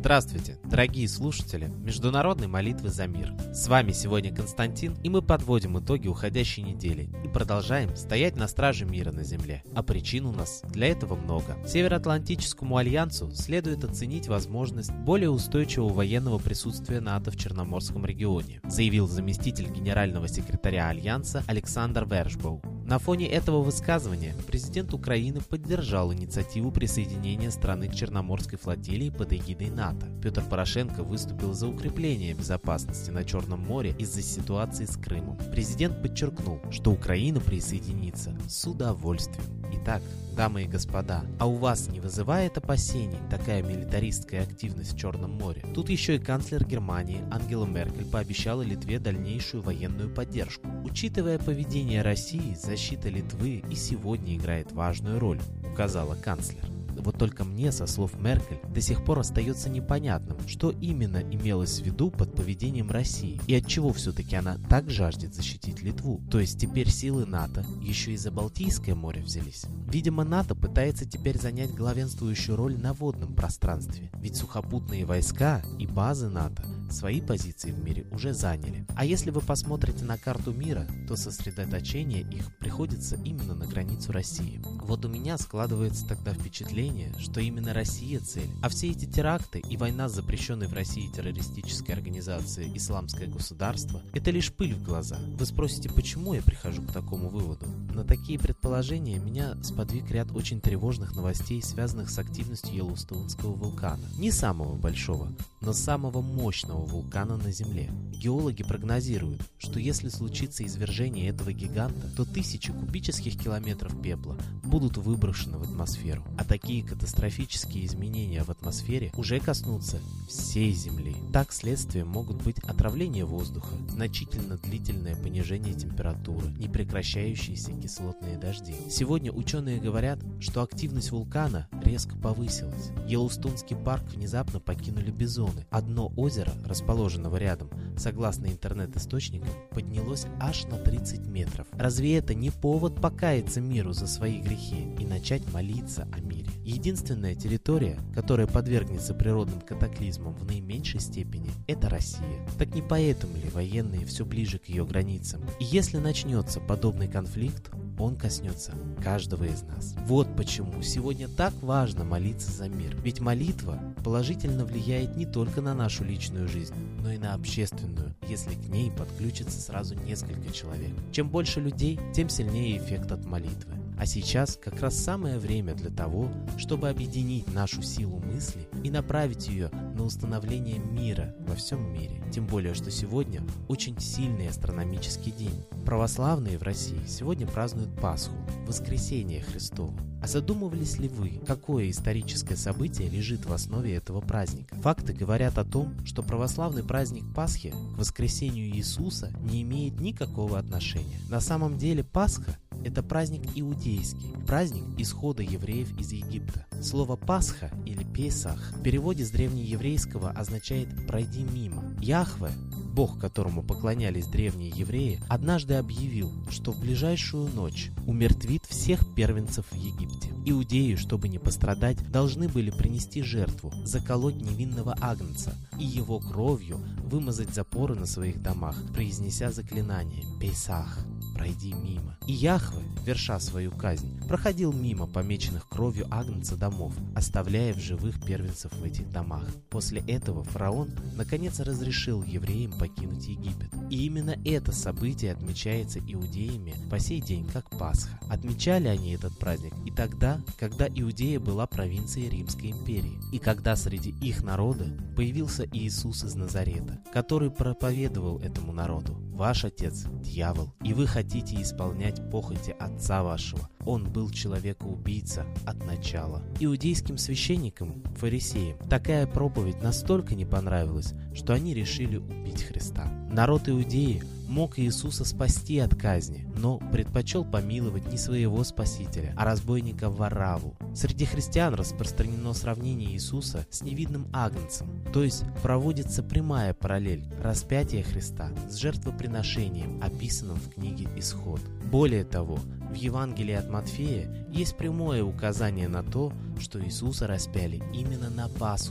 Здравствуйте, дорогие слушатели Международной молитвы за мир. С вами сегодня Константин, и мы подводим итоги уходящей недели и продолжаем стоять на страже мира на земле. А причин у нас для этого много. Североатлантическому альянсу следует оценить возможность более устойчивого военного присутствия НАТО в Черноморском регионе, заявил заместитель генерального секретаря Альянса Александр Вершбоу. На фоне этого высказывания президент Украины поддержал инициативу присоединения страны к Черноморской флотилии под эгидой НАТО. Петр Порошенко выступил за укрепление безопасности на Черном море из-за ситуации с Крымом. Президент подчеркнул, что Украина присоединится с удовольствием. Итак, дамы и господа, а у вас не вызывает опасений такая милитаристская активность в Черном море? Тут еще и канцлер Германии Ангела Меркель пообещала Литве дальнейшую военную поддержку. Учитывая поведение России, защита Литвы и сегодня играет важную роль, указала канцлер. Вот только мне, со слов Меркель, до сих пор остается непонятным, что именно имелось в виду под поведением России и отчего все-таки она так жаждет защитить Литву. То есть теперь силы НАТО еще и за Балтийское море взялись. Видимо, НАТО пытается теперь занять главенствующую роль на водном пространстве, ведь сухопутные войска и базы НАТО свои позиции в мире уже заняли. А если вы посмотрите на карту мира, то сосредоточение их приходится именно на границу России. Вот у меня складывается тогда впечатление, что именно Россия цель, а все эти теракты и война с запрещенной в России террористической организацией «Исламское государство» — это лишь пыль в глаза. Вы спросите, почему я прихожу к такому выводу? На такие предположения меня сподвиг ряд очень тревожных новостей, связанных с активностью Йеллоустоунского вулкана. Не самого большого, но самого мощного вулкана на Земле. Геологи прогнозируют, что если случится извержение этого гиганта, то тысячи кубических километров пепла будут выброшены в атмосферу. А такие катастрофические изменения в атмосфере уже коснутся всей Земли. Так, следствием могут быть отравление воздуха, значительно длительное понижение температуры, непрекращающиеся кислотные дожди. Сегодня ученые говорят, что активность вулкана резко повысилась. Йеллоустонский парк внезапно покинули бизоны. Одно озеро, расположенного рядом, согласно интернет-источникам, поднялось аж на 30 метров. Разве это не повод покаяться миру за свои грехи и начать молиться о мире? Единственная территория, которая подвергнется природным катаклизмам в наименьшей степени, это Россия. Так не поэтому ли военные все ближе к ее границам? И если начнется подобный конфликт, он коснется каждого из нас. Вот почему сегодня так важно молиться за мир. Ведь молитва положительно влияет не только на нашу личную жизнь, но и на общественную, если к ней подключится сразу несколько человек. Чем больше людей, тем сильнее эффект от молитвы. А сейчас как раз самое время для того, чтобы объединить нашу силу мысли и направить ее на установление мира во всем мире. Тем более, что сегодня очень сильный астрономический день. Православные в России сегодня празднуют Пасху, Воскресение Христово. А задумывались ли вы, какое историческое событие лежит в основе этого праздника? Факты говорят о том, что православный праздник Пасхи к воскресению Иисуса не имеет никакого отношения. На самом деле Пасха — это праздник иудейский, праздник исхода евреев из Египта. Слово «Пасха» или «Песах» в переводе с древнееврейского означает «пройди мимо». Яхве, Бог, которому поклонялись древние евреи, однажды объявил, что в ближайшую ночь умертвит всех первенцев в Египте. Иудеи, чтобы не пострадать, должны были принести жертву, заколоть невинного агнца и его кровью вымазать запоры на своих домах, произнеся заклинание «Песах». «Пройди мимо». И Яхве, верша свою казнь, проходил мимо помеченных кровью агнца домов, оставляя в живых первенцев в этих домах. После этого фараон наконец разрешил евреям покинуть Египет. И именно это событие отмечается иудеями по сей день как Пасха. Отмечали они этот праздник и тогда, когда Иудея была провинцией Римской империи, и когда среди их народа появился Иисус из Назарета, который проповедовал этому народу: «Ваш отец – дьявол, и вы хотите исполнять похоти отца вашего. Он был человека-убийца от начала». Иудейским священникам, фарисеям, такая проповедь настолько не понравилась, что они решили убить Христа. Народ Иудеи мог Иисуса спасти от казни, но предпочел помиловать не своего спасителя, а разбойника Варавву. Среди христиан распространено сравнение Иисуса с невидным агнцем, то есть проводится прямая параллель распятия Христа с жертвоприношением, описанным в книге «Исход». Более того, в Евангелии от Матфея есть прямое указание на то, что Иисуса распяли именно на Пасху,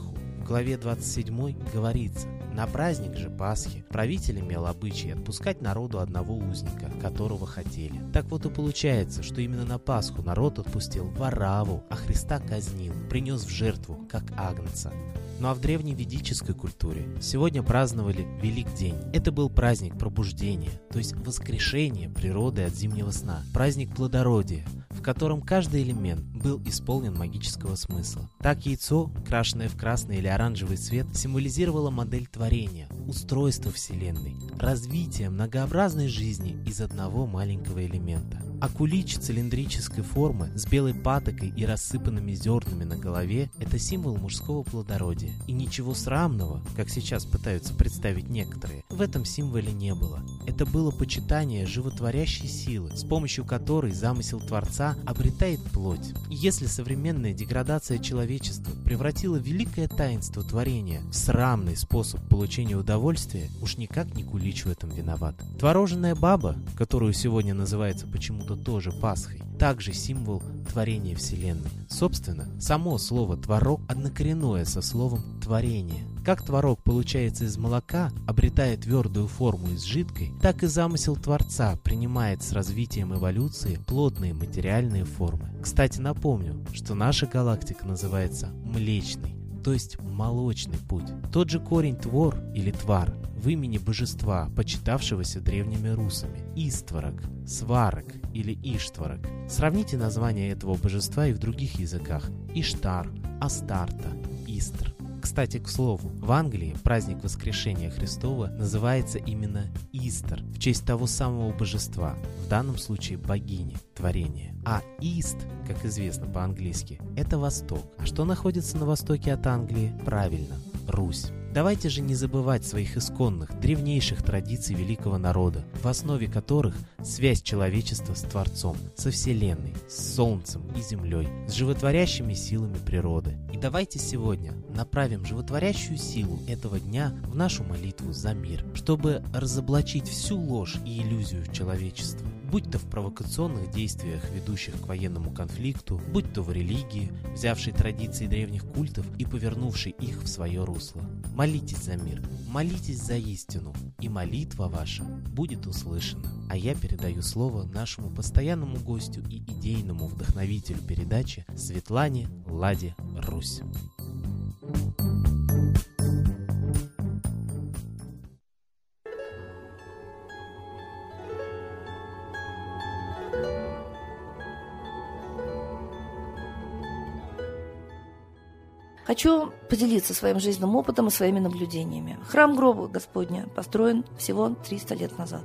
в главе 27 говорится: «На праздник же Пасхи правитель имел обычай отпускать народу одного узника, которого хотели». Так вот и получается, что именно на Пасху народ отпустил Варавву, а Христа казнил, принес в жертву, как агнца. Ну а в древневедической культуре сегодня праздновали Великдень. Это был праздник пробуждения, то есть воскрешения природы от зимнего сна, праздник плодородия, в котором каждый элемент был исполнен магического смысла. Так яйцо, крашенное в красный или оранжевый цвет, символизировало модель творения, устройство Вселенной, развитие многообразной жизни из одного маленького элемента. А кулич цилиндрической формы с белой патокой и рассыпанными зернами на голове – это символ мужского плодородия. И ничего срамного, как сейчас пытаются представить некоторые, в этом символе не было. Это было почитание животворящей силы, с помощью которой замысел Творца обретает плоть. И если современная деградация человечества превратила великое таинство творения в срамный способ получения удовольствия, уж никак не кулич в этом виноват. Твороженная баба, которую сегодня называется почему-то тоже Пасхой, также символ творения Вселенной. Собственно, само слово «творог» однокоренное со словом «творение». Как творог получается из молока, обретая твердую форму из жидкой, так и замысел Творца принимает с развитием эволюции плотные материальные формы. Кстати, напомню, что наша галактика называется Млечной, то есть молочный путь. Тот же корень «твор» или «твар» в имени божества, почитавшегося древними русами – Истворог, Сварог или Иштварог. Сравните название этого божества и в других языках – Иштар, Астарта, Истр. Кстати, к слову, в Англии праздник воскрешения Христова называется именно Истер, в честь того самого божества, в данном случае богини творения. А Ист, как известно по-английски, это Восток. А что находится на востоке от Англии? Правильно, Русь. Давайте же не забывать своих исконных, древнейших традиций великого народа, в основе которых связь человечества с Творцом, со Вселенной, с Солнцем и Землей, с животворящими силами природы. И давайте сегодня направим животворящую силу этого дня в нашу молитву за мир, чтобы разоблачить всю ложь и иллюзию человечества, будь то в провокационных действиях, ведущих к военному конфликту, будь то в религии, взявшей традиции древних культов и повернувшей их в свое русло. Молитесь за мир, молитесь за истину, и молитва ваша будет услышана. А я передаю слово нашему постоянному гостю и идейному вдохновителю передачи Светлане Ладе Русь. Хочу поделиться своим жизненным опытом и своими наблюдениями. Храм гроба Господня построен всего 300 лет назад.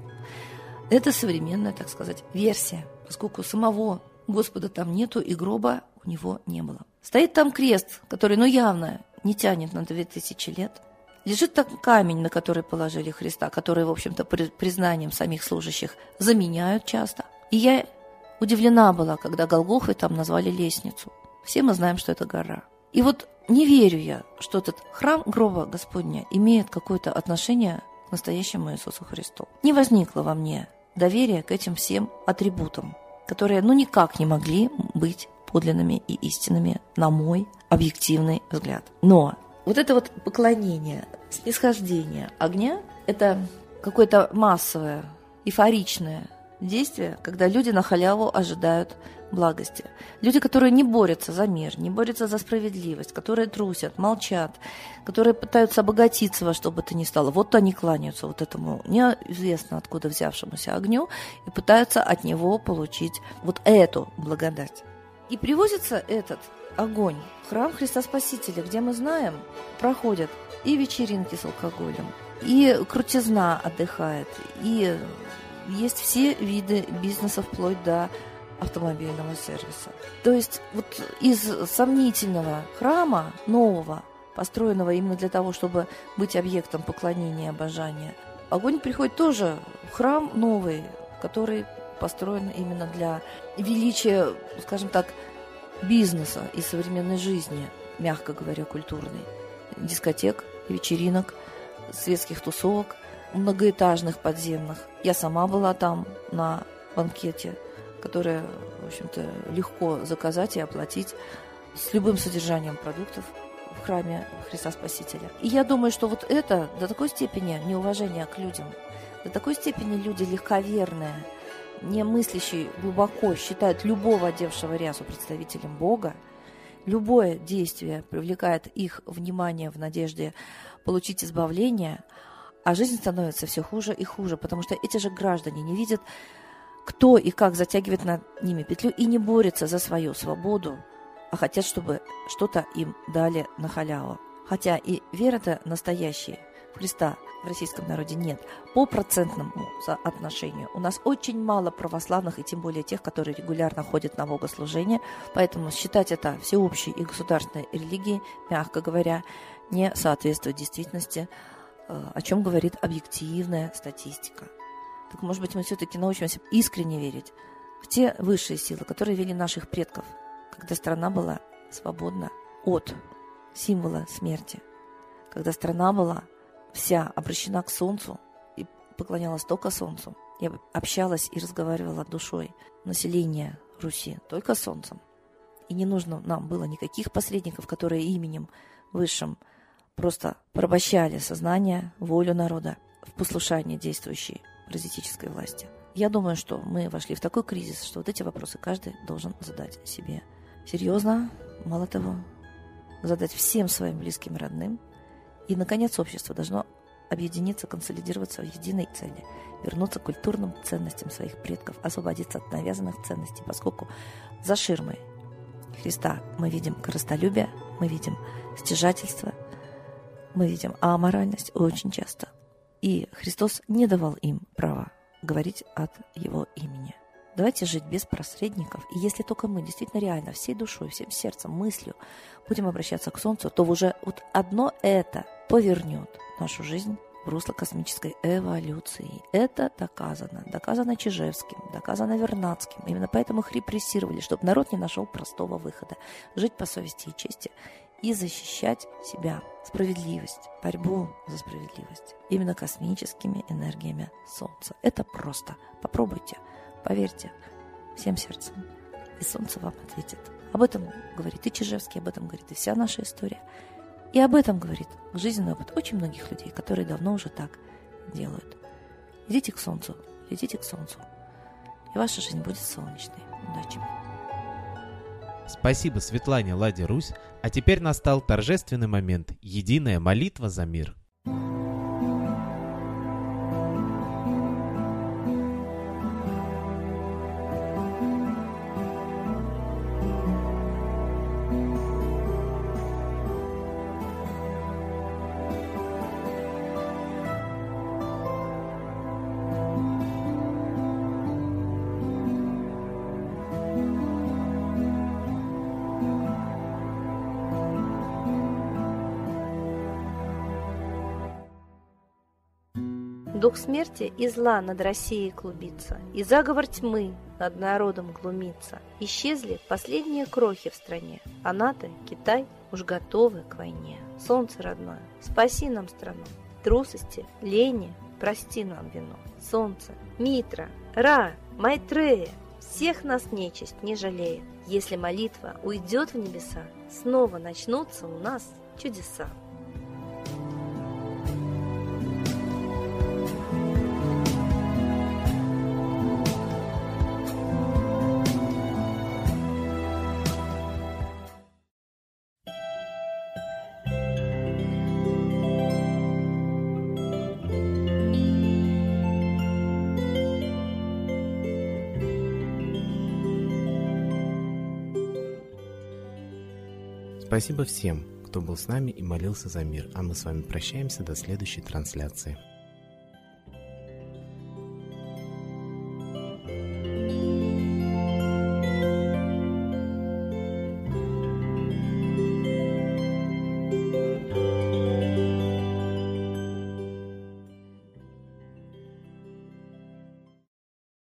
Это современная, так сказать, версия, поскольку самого Господа там нету и гроба у него не было. Стоит там крест, который, явно не тянет на 2000 лет. Лежит там камень, на который положили Христа, который, в общем-то, признанием самих служащих заменяют часто. И я удивлена была, когда Голгофой там назвали лестницу. Все мы знаем, что это гора. И вот не верю я, что этот храм гроба Господня имеет какое-то отношение к настоящему Иисусу Христу. Не возникло во мне доверия к этим всем атрибутам, которые никак не могли быть подлинными и истинными, на мой объективный взгляд. Но вот это вот поклонение, снисхождение огня – это какое-то массовое, эйфоричное действие, когда люди на халяву ожидают благости. Люди, которые не борются за мир, не борются за справедливость, которые трусят, молчат, которые пытаются обогатиться во что бы то ни стало. Вот они кланяются вот этому неизвестно откуда взявшемуся огню и пытаются от него получить вот эту благодать. И привозится этот огонь в храм Христа Спасителя, где мы знаем, проходят и вечеринки с алкоголем, и крутизна отдыхает, и есть все виды бизнеса вплоть до автомобильного сервиса. То есть вот из сомнительного храма, нового, построенного именно для того, чтобы быть объектом поклонения и обожания, огонь приходит тоже в храм новый, который построен именно для величия, скажем так, бизнеса и современной жизни, мягко говоря, культурной. Дискотек, вечеринок, светских тусовок, многоэтажных подземных. Я сама была там на банкете, которое, в общем-то, легко заказать и оплатить с любым содержанием продуктов. в храме Христа Спасителя. И я думаю, что вот это до такой степени неуважение к людям, до такой степени люди легковерные, не мыслящие глубоко, считают любого одевшего рясу представителем Бога. Любое действие привлекает их внимание в надежде получить избавление, а жизнь становится все хуже и хуже, потому что эти же граждане не видят, кто и как затягивает над ними петлю и не борются за свою свободу, а хотят, чтобы что-то им дали на халяву. Хотя и веры-то настоящей в Христа в российском народе нет. По процентному соотношению у нас очень мало православных, и тем более тех, которые регулярно ходят на богослужение, поэтому считать это всеобщей и государственной религией, мягко говоря, не соответствует действительности, о чем говорит объективная статистика. Так, может быть, мы все-таки научимся искренне верить в те высшие силы, которые вели наших предков, когда страна была свободна от символа смерти, когда страна была вся обращена к солнцу и поклонялась только солнцу. Я общалась и разговаривала душой населения Руси только солнцем. И не нужно нам было никаких посредников, которые именем высшим просто порабощали сознание, волю народа в послушании действующей паразитической власти. Я думаю, что мы вошли в такой кризис, что вот эти вопросы каждый должен задать себе серьезно, мало того, задать всем своим близким и родным. И, наконец, общество должно объединиться, консолидироваться в единой цели, вернуться к культурным ценностям своих предков, освободиться от навязанных ценностей, поскольку за ширмой Христа мы видим корыстолюбие, мы видим стяжательство, мы видим аморальность очень часто. И Христос не давал им права говорить от Его имени. Давайте жить без посредников. И если только мы действительно реально всей душой, всем сердцем, мыслью будем обращаться к Солнцу, то уже вот одно это повернет нашу жизнь в русло космической эволюции. Это доказано. Доказано Чижевским, доказано Вернадским. Именно поэтому их репрессировали, чтобы народ не нашел простого выхода. Жить по совести и чести и защищать себя. Справедливость, борьбу за справедливость. Именно космическими энергиями Солнца. Это просто. Попробуйте. Поверьте всем сердцем, и Солнце вам ответит. Об этом говорит и Чижевский, об этом говорит и вся наша история. И об этом говорит жизненный опыт очень многих людей, которые давно уже так делают. Идите к Солнцу, летите к Солнцу, и ваша жизнь будет солнечной. Удачи! Спасибо Светлане Ладе Русь, а теперь настал торжественный момент – единая молитва за мир. Дух смерти и зла над Россией клубится, и заговор тьмы над народом глумится. Исчезли последние крохи в стране, а НАТО, Китай уж готовы к войне. Солнце родное, спаси нам страну, трусости, лени, прости нам вину. Солнце, Митра, Ра, Майтрея, всех нас нечисть не жалеет. Если молитва уйдет в небеса, снова начнутся у нас чудеса. Спасибо всем, кто был с нами и молился за мир, а мы с вами прощаемся до следующей трансляции.